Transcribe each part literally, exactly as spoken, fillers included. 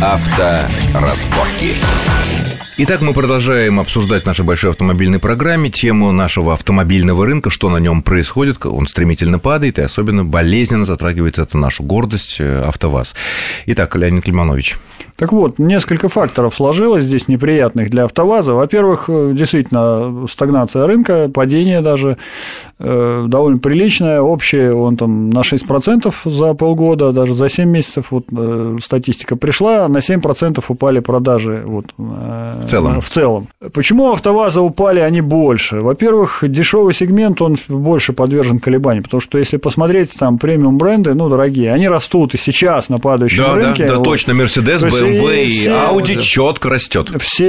Авторазборки. Итак, мы продолжаем обсуждать в нашей большой автомобильной программе тему нашего автомобильного рынка, что на нем происходит, он стремительно падает, и особенно болезненно затрагивает это нашу гордость АвтоВАЗ. Итак, Леонид Лиманович. Так вот, несколько факторов сложилось здесь неприятных для АвтоВАЗа. Во-первых, действительно, стагнация рынка, падение даже э, довольно приличное, общее, он там на шесть процентов за полгода, даже за семь месяцев, вот э, статистика пришла, на семь процентов упали продажи вот, э, в целом. в целом. Почему у АвтоВАЗа упали они больше? Во-первых, дешевый сегмент, он больше подвержен колебаниям, потому что если посмотреть, там премиум бренды, ну, дорогие, они растут и сейчас на падающем да, рынке. Да, да, вот. точно, Мерседес, бэ эм вэ и Audi четко растет.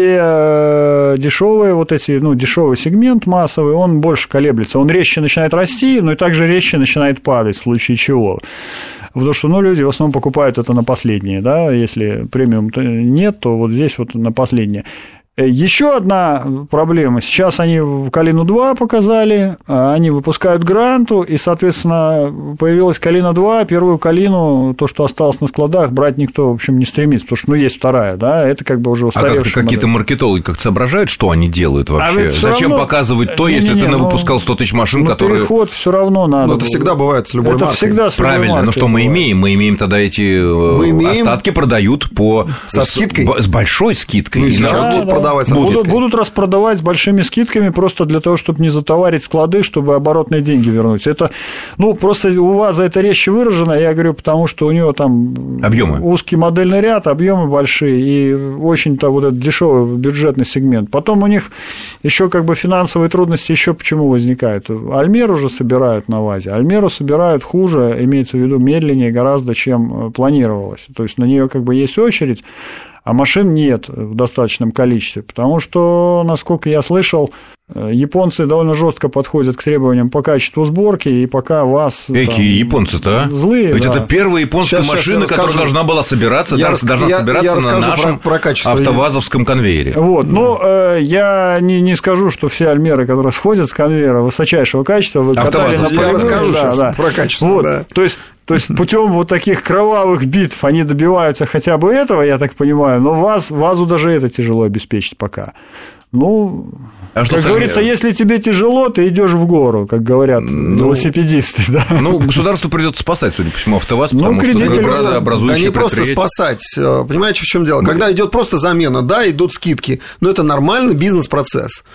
Все дешевые, вот эти, ну, дешевый сегмент массовый, он больше колеблется, он резче начинает расти, но и также резче начинает падать, в случае чего. Потому что, ну, люди в основном покупают это на последнее, да, если премиум нет, то вот здесь вот на последнее. Еще одна проблема. Сейчас они Калину два показали, они выпускают Гранту, и, соответственно, появилась Калина два, первую Калину, то, что осталось на складах, брать никто, в общем, не стремится, потому что, ну, есть вторая, да, это как бы уже устаревшая. А как-то какие-то маркетологи как-то соображают, что они делают вообще? А Зачем равно... показывать то, не, если не, не, ты ну, выпускал сто тысяч машин, ну, которые... переход все равно надо. Ну, это всегда бывает с любой это маркой. Всегда с любой Правильно, маркой но что мы бывает. имеем? Мы имеем тогда эти имеем... остатки продают по... Со скидкой? С большой скидкой. Ну, и сейчас да, будут да. продавать со будут, скидкой. Будут распродавать с большими скидками просто для того, чтобы не затоварить склады, чтобы оборотные деньги вернуть. Это, ну, просто у ВАЗа это резче выражено, я говорю, потому что у него там объемы. Узкий модельный ряд, объемы большие и очень-то вот этот дешевый бюджетный сегмент. Потом у них еще как бы финансовые трудности еще почему возникают. Альмеру уже собирают на ВАЗе, Альмеру собирают хуже, имеется в виду медленнее гораздо, чем планировалось. То есть на нее как бы есть очередь, а машин нет в достаточном количестве, потому что, насколько я слышал, японцы довольно жестко подходят к требованиям по качеству сборки, и пока ВАЗ... Какие японцы-то, а? Злые, Ведь да. это первая японская Сейчас, машина, сейчас которая должна была собираться, я должна рас... собираться я, я на нашем про, про автовазовском конвейере. Вот, но э, я не, не скажу, что все альмеры, которые сходят с конвейера высочайшего качества, вы катали на Я расскажу да, сейчас да. про качество, вот, да. То есть... То есть путем вот таких кровавых битв они добиваются хотя бы этого, я так понимаю, но ВАЗ, ВАЗу даже это тяжело обеспечить пока. Ну, а как говорится, я... если тебе тяжело, ты идешь в гору, как говорят ну, велосипедисты. Да? Ну, государству придется спасать, судя по всему, АвтоВАЗ, потому ну, что это Да градообразующее не просто спасать. Понимаете, в чем дело? Когда идет просто замена, да, идут скидки, но это нормальный бизнес-процесс.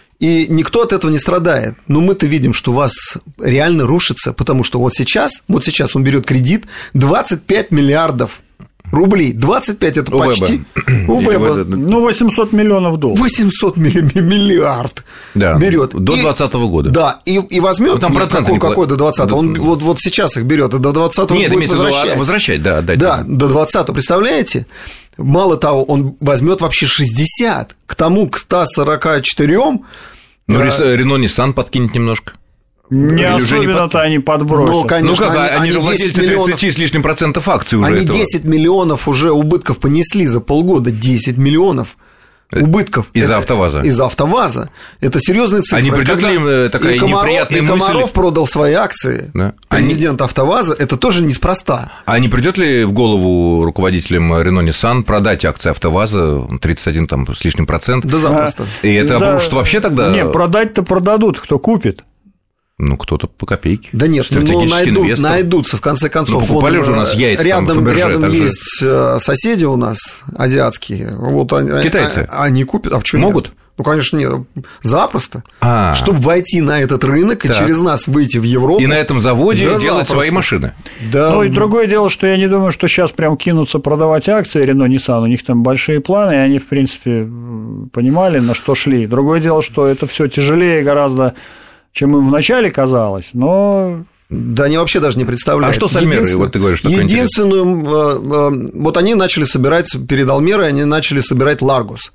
И никто от этого не страдает. Но мы-то видим, что у вас реально рушится, потому что вот сейчас, вот сейчас он берет кредит двадцать пять миллиардов рублей. двадцать пять это почти... У ВЭБа. Ну, восемьсот миллионов долларов. восемьсот миллиард да, берет. До двадцатого года. Да, и, и возьмет... Там какой, какой до двадцатого? Он вот, вот сейчас их берет, и до двадцатого Нет, будет возвращать. возвращать, да. Дать да, до двадцатого, представляете? Мало того, он возьмет вообще шестьдесят. К тому, к ста сорока четырем... Ну, Рено Ниссан подкинет немножко. Не особенно-то они подбросят. Ну, конечно, ну как, они, они же владельцы миллионов... тридцать с лишним процентов акций уже Они этого. десять миллионов уже убытков понесли за полгода. десять миллионов убытков. Из-за это, АвтоВАЗа. Из-за АвтоВАЗа. Это серьезные цифры. А не придёт ли им такая и Комаров, неприятная и мысль? Комаров продал свои акции. Да. Президент Они... АвтоВАЗа. Это тоже неспроста. А не придет ли в голову руководителям Рено Ниссан продать акции АвтоВАЗа тридцать один там, с лишним процент? Да запросто. И это да, обрушит вообще тогда... Не, продать-то продадут, кто купит. Ну, кто-то по копейке. Да нет, ну, найдут, найдутся, в конце концов. Ну, покупали уже у нас яйца. Рядом, там, Фаберже, рядом также... есть соседи у нас, азиатские. Вот они, китайцы? Они купят, а почему могут? Нет? Ну, конечно, нет. Запросто. А-а-а. Чтобы войти на этот рынок так. и через нас выйти в Европу. И на этом заводе да, делать запросто. свои машины. Да. Ну, и другое дело, что я не думаю, что сейчас прям кинутся продавать акции Рено Ниссан. У них там большие планы, и они, в принципе, понимали, на что шли. Другое дело, что это все тяжелее гораздо, чем им вначале казалось, но... Да они вообще даже не представляют. А что с Альмерой, вот ты говоришь, что единственную, вот они начали собирать, перед Альмерой они начали собирать Ларгус.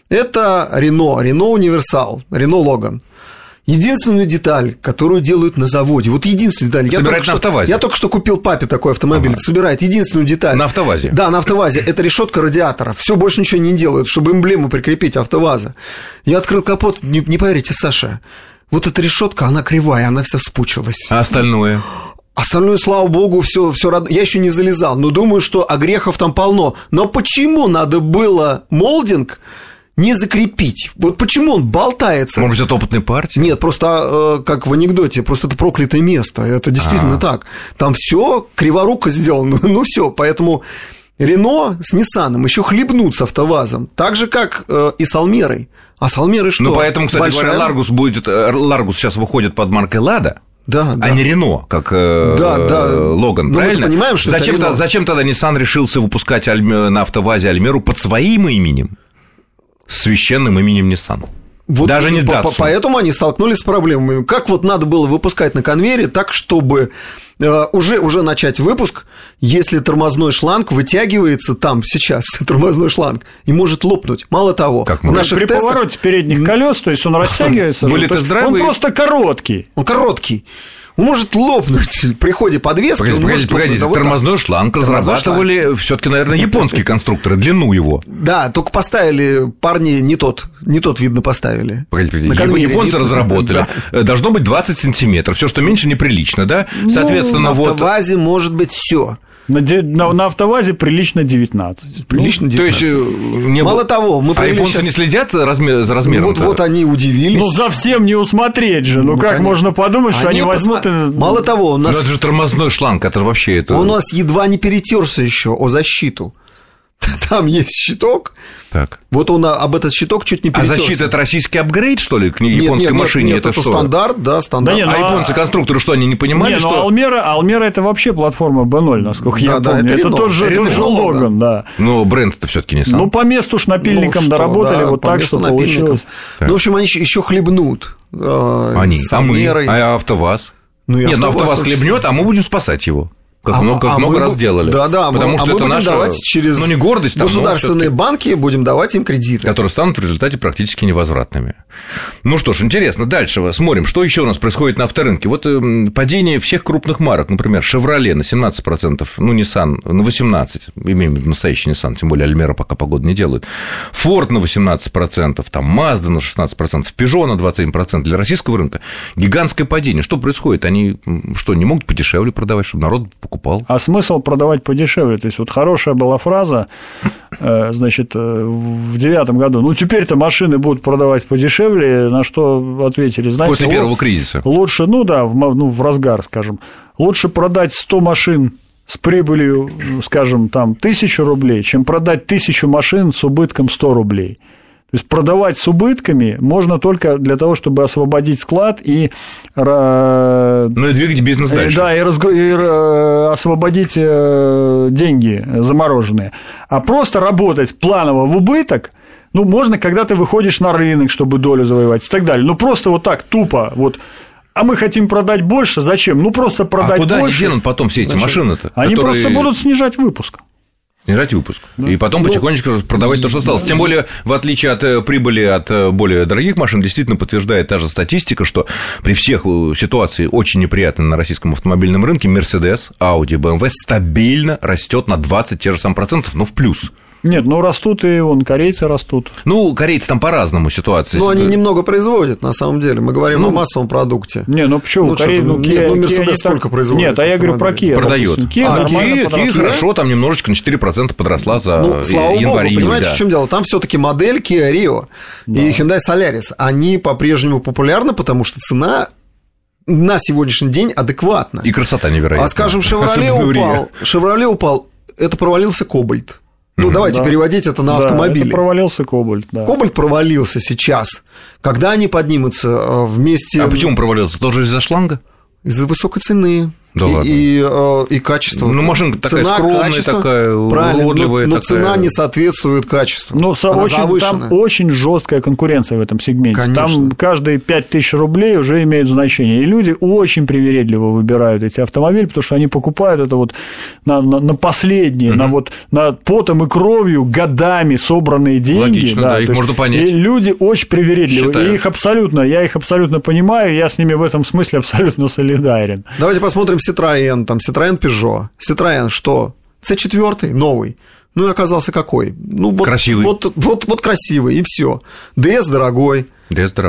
Это Рено, Рено Универсал, Рено Логан. Единственную деталь, которую делают на заводе, вот единственную деталь. Собирать я на что, АвтоВАЗе. Я только что купил папе такой автомобиль, ага. собирает единственную деталь. На АвтоВАЗе? Да, на АвтоВАЗе. Это решетка радиатора. Все больше ничего не делают, чтобы эмблему прикрепить АвтоВАЗа. Я открыл капот, не, не поверите, Саша. Вот эта решетка, она кривая, она вся вспучилась. А остальное? Остальное, слава богу, все, все родное. Я еще не залезал, но думаю, что огрехов там полно. Но почему надо было молдинг не закрепить? Вот почему он болтается? Может быть, это опытной партии? Нет, просто как в анекдоте, просто это проклятое место. Это действительно А-а-а. так. Там все криворуко сделано. Ну все, поэтому Рено с Ниссаном еще хлебнут с АвтоВАЗом. Так же, как и с Алмерой. А с Алмерой что? Ну, поэтому, кстати Большая... говоря, Ларгус будет. Ларгус сейчас выходит под маркой Лада. Да, да. А не Рено, как да, да. Логан, но правильно? Мы понимаем, что зачем, это то, зачем тогда Nissan решился выпускать на АвтоВАЗе Альмеру под своим именем, священным именем Nissan? Вот даже не по- поэтому они столкнулись с проблемами. Как вот надо было выпускать на конвейере так, чтобы э, уже, уже начать выпуск, если тормозной шланг вытягивается там сейчас, тормозной шланг, и может лопнуть. Мало того, как в наших при тестах... повороте передних колес, то есть он растягивается, были тест-драйвы... он просто короткий. Он короткий. Он может лопнуть при ходе подвески. Погодите, погодите, погодите. Вот тормозной так. шланг тормозной разрабатывали все-таки, наверное, японские конструкторы, длину его. Да, только поставили парни не тот, не тот, видно, поставили. Погодите, погодите. Японцы разработали. Да. Должно быть двадцать сантиметров. Все, что меньше, неприлично, да? Соответственно, ну, вот. На АвтоВАЗе может быть все. На, на, на АвтоВАЗе прилично девятнадцать. Прилично девятнадцать. То есть, не мало было... того, мы а японцы сейчас... не следят за, размер... за размером? Вот, вот они удивились. Ну, совсем не усмотреть же. Ну, ну как они... можно подумать, что они, они возьмут... Посма... Мало того, у нас... У нас же тормозной шланг, который вообще это... Он у нас едва не перетерся еще о защиту. Там есть щиток. Так. Вот он об этот щиток чуть не перетерся. А защита – это российский апгрейд, что ли, к японской нет, нет, машине? Нет, это, это что? стандарт, да, стандарт. Да нет, ну, а японцы-конструкторы что, они не понимали, не, что… Ну, Алмера, Алмера – это вообще платформа би ноль, насколько да, я да, помню. Это, это тот же, тот же Логан, да. Но бренд-то все таки не сам. Ну, по месту шнапильникам ну, доработали, да, вот так, что получилось. Так. Ну, в общем, они еще хлебнут. Они, а мы, а АвтоВАЗ? Ну, нет, ну АвтоВАЗ хлебнет, а мы будем спасать его. Как а, много, как а много раз делали. Да, да, потому мы, что а мы это будем наша, давать через ну, не гордость, там, государственные банки, будем давать им кредиты. Которые станут в результате практически невозвратными. Ну что ж, интересно, дальше смотрим, что еще у нас происходит на авторынке. Вот э, падение всех крупных марок, например, Chevrolet на семнадцать процентов, ну, Nissan на восемнадцать процентов, имеем в виду настоящий Nissan, тем более Альмера пока погоду не делают, Ford на восемнадцать процентов, там, Mazda на шестнадцать процентов, Peugeot на двадцать семь процентов. Для российского рынка гигантское падение. Что происходит? Они что, не могут подешевле продавать, чтобы народ покупал? А смысл продавать подешевле. То есть, вот хорошая была фраза, значит, в девятом году, ну, теперь-то машины будут продавать подешевле, на что ответили, знаете... После первого кризиса. Лучше, ну, да, в, ну, в разгар, скажем, лучше продать сто машин с прибылью, скажем, там, тысячу рублей, чем продать тысячу машин с убытком сто рублей. То есть продавать с убытками можно только для того, чтобы освободить склад и... Ну и двигать бизнес дальше. Да, и, разгру... и освободить деньги замороженные. А просто работать планово в убыток, ну, можно, когда ты выходишь на рынок, чтобы долю завоевать и так далее. Но просто вот так тупо, вот... А мы хотим продать больше, зачем? Ну, просто продать больше. А куда больше. Они денут потом все эти Значит, машины-то? Они которые... просто будут снижать выпуск. Снижать выпуск. Да. И потом ну, потихонечку продавать то, что осталось. Тем более, в отличие от прибыли от более дорогих машин, действительно подтверждает та же статистика, что при всех ситуации очень неприятной на российском автомобильном рынке Mercedes, Audi, бэ эм вэ стабильно растет на двадцать те же самые процентов, но в плюс. Нет, ну растут и вон корейцы растут. Ну, корейцы там по-разному ситуация. Ну, они немного производят, на самом деле. Мы говорим ну, о массовом продукте. Не, ну почему? Ну, Корей... ну, Kia, ну, Мерседес сколько так... производит? Нет, а я говорю про Kia. Продает. Kia, а, Kia, Kia хорошо, там немножечко на четыре процента подросла за ну, слава январь. Богу, понимаете, да. в чем дело? Там все-таки модель Kia Rio да. и Hyundai Solaris, они по-прежнему популярны, потому что цена на сегодняшний день адекватна. И красота невероятная. А скажем, Chevrolet упал, Chevrolet упал, это провалился Кобальт. Ну, mm-hmm. давайте да. переводить это на да, автомобили. Это провалился Кобальт, да. Кобальт провалился сейчас. Когда они поднимутся вместе... А почему провалился? Тоже из-за шланга? Из-за высокой цены. Да и, ладно. И, и, и качество. Ну, машинка такая цена, скромная, качество, такая уродливая. Но, но такая... цена не соответствует качеству. Ну, очень, там очень жесткая конкуренция в этом сегменте. Конечно. Там каждые пять тысяч рублей уже имеет значение. И люди очень привередливо выбирают эти автомобили, потому что они покупают это вот на, на, на последние, mm-hmm. на, вот, на потом и кровью годами собранные деньги. Логично, да, да их можно понять. И люди очень привередливы. Считаю. И их абсолютно, я их абсолютно понимаю, я с ними в этом смысле абсолютно солидарен. Давайте посмотрим Citroën, там Citroën Peugeot. Citroën что? си четыре новый. Ну и оказался какой? Ну, вот, красивый. Вот, вот, вот красивый, и все. ди эс дорогой. ди эс дорогой.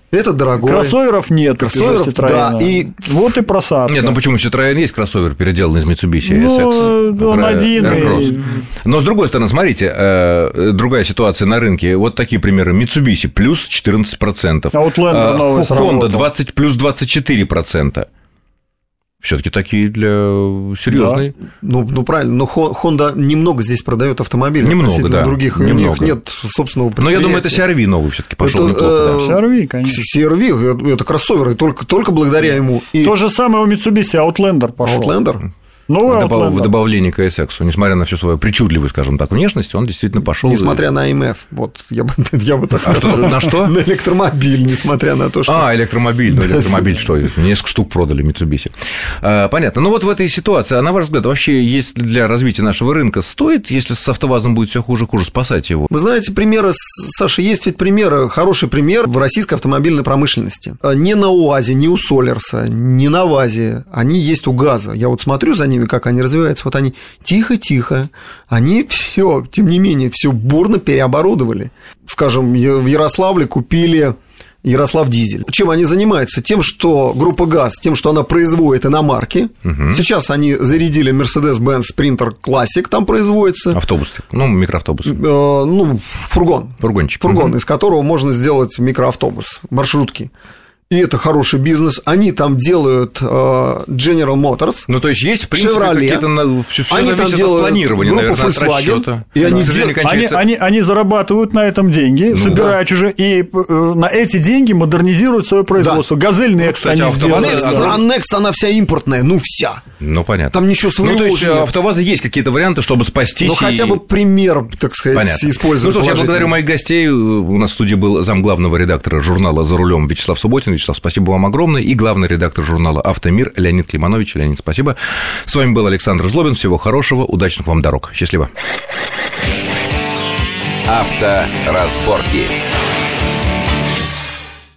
Это дорогой. Кроссоверов нет. Кроссоверов, да. И... Вот и просадка. Нет, ну почему? Citroёn есть кроссовер, переделанный из Mitsubishi ну, эс икс. Он один. И... Но, с другой стороны, смотрите, другая ситуация на рынке. Вот такие примеры. Mitsubishi плюс четырнадцать процентов. Outlander новый сработал. Honda двадцать плюс двадцать четыре процента. Все-таки такие для серьезной. Да. Ну, ну, правильно, но Honda немного здесь продает автомобили. Немного, да. Других немного. У них нет собственного предприятия. Но я думаю, это си ар ви новый все-таки пошел неплохо. Да. си ар ви, конечно. си ар ви это кроссоверы, только, только благодаря ему. И... То же самое у Mitsubishi Outlander пошел. Outlander? Новый в, в добавлении к эс икс, несмотря на всю свою причудливую, скажем так, внешность, он действительно пошел. Несмотря и... на эм эф, вот я бы, я бы так а что, на что? На электромобиль, несмотря на то, что. А, электромобиль, ну электромобиль, что несколько штук продали Mitsubishi. А, понятно. Ну вот в этой ситуации, а на ваш взгляд, вообще, если для развития нашего рынка стоит, если с АвтоВАЗом будет все хуже и хуже, спасать его? Вы знаете, примеры, Саша, есть ведь примеры, хороший пример в российской автомобильной промышленности. Не на УАЗе, не у Солерса, не на ВАЗе, они есть у ГАЗа. Я вот смотрю за ними, как они развиваются. Вот они тихо-тихо, они все, тем не менее, все бурно переоборудовали. Скажем, в Ярославле купили Ярослав Дизель. Чем они занимаются? Тем, что группа ГАЗ, тем, что она производит иномарки. Угу. Сейчас они зарядили Mercedes-Benz Sprinter Classic, там производится. Автобус, ну, микроавтобус. Э, ну, фургон. Фургончик. Фургон, угу. из которого можно сделать микроавтобус, маршрутки. И это хороший бизнес. Они там делают uh, General Motors. Ну, то есть, есть, в принципе, Chevrolet. какие-то... Все, все они зависит там от планирования, группу наверное, Volkswagen, от расчёта. И они, да. дел... кончается... они, они, они зарабатывают на этом деньги, ну, собирают да. уже, и э, на эти деньги модернизируют свое производство. Да. Газель Next, ну, кстати, они сделали. Next, а Next, она вся импортная, ну, вся. Ну, понятно. Там ничего своего. Ну, то есть, у АвтоВАЗа есть какие-то варианты, чтобы спастись. Ну, и... хотя бы пример, так сказать, понятно. использовать. Ну, что ж, я благодарю моих гостей. У нас в студии был замглавного редактора журнала «За рулем» Вячеслав Субботин. Вячеслав, спасибо вам огромное. И главный редактор редактор журнала «Автомир» Леонид Климанович. Леонид, спасибо. С вами был Александр Злобин. Всего хорошего, удачных вам дорог. Счастливо. Авторазборки.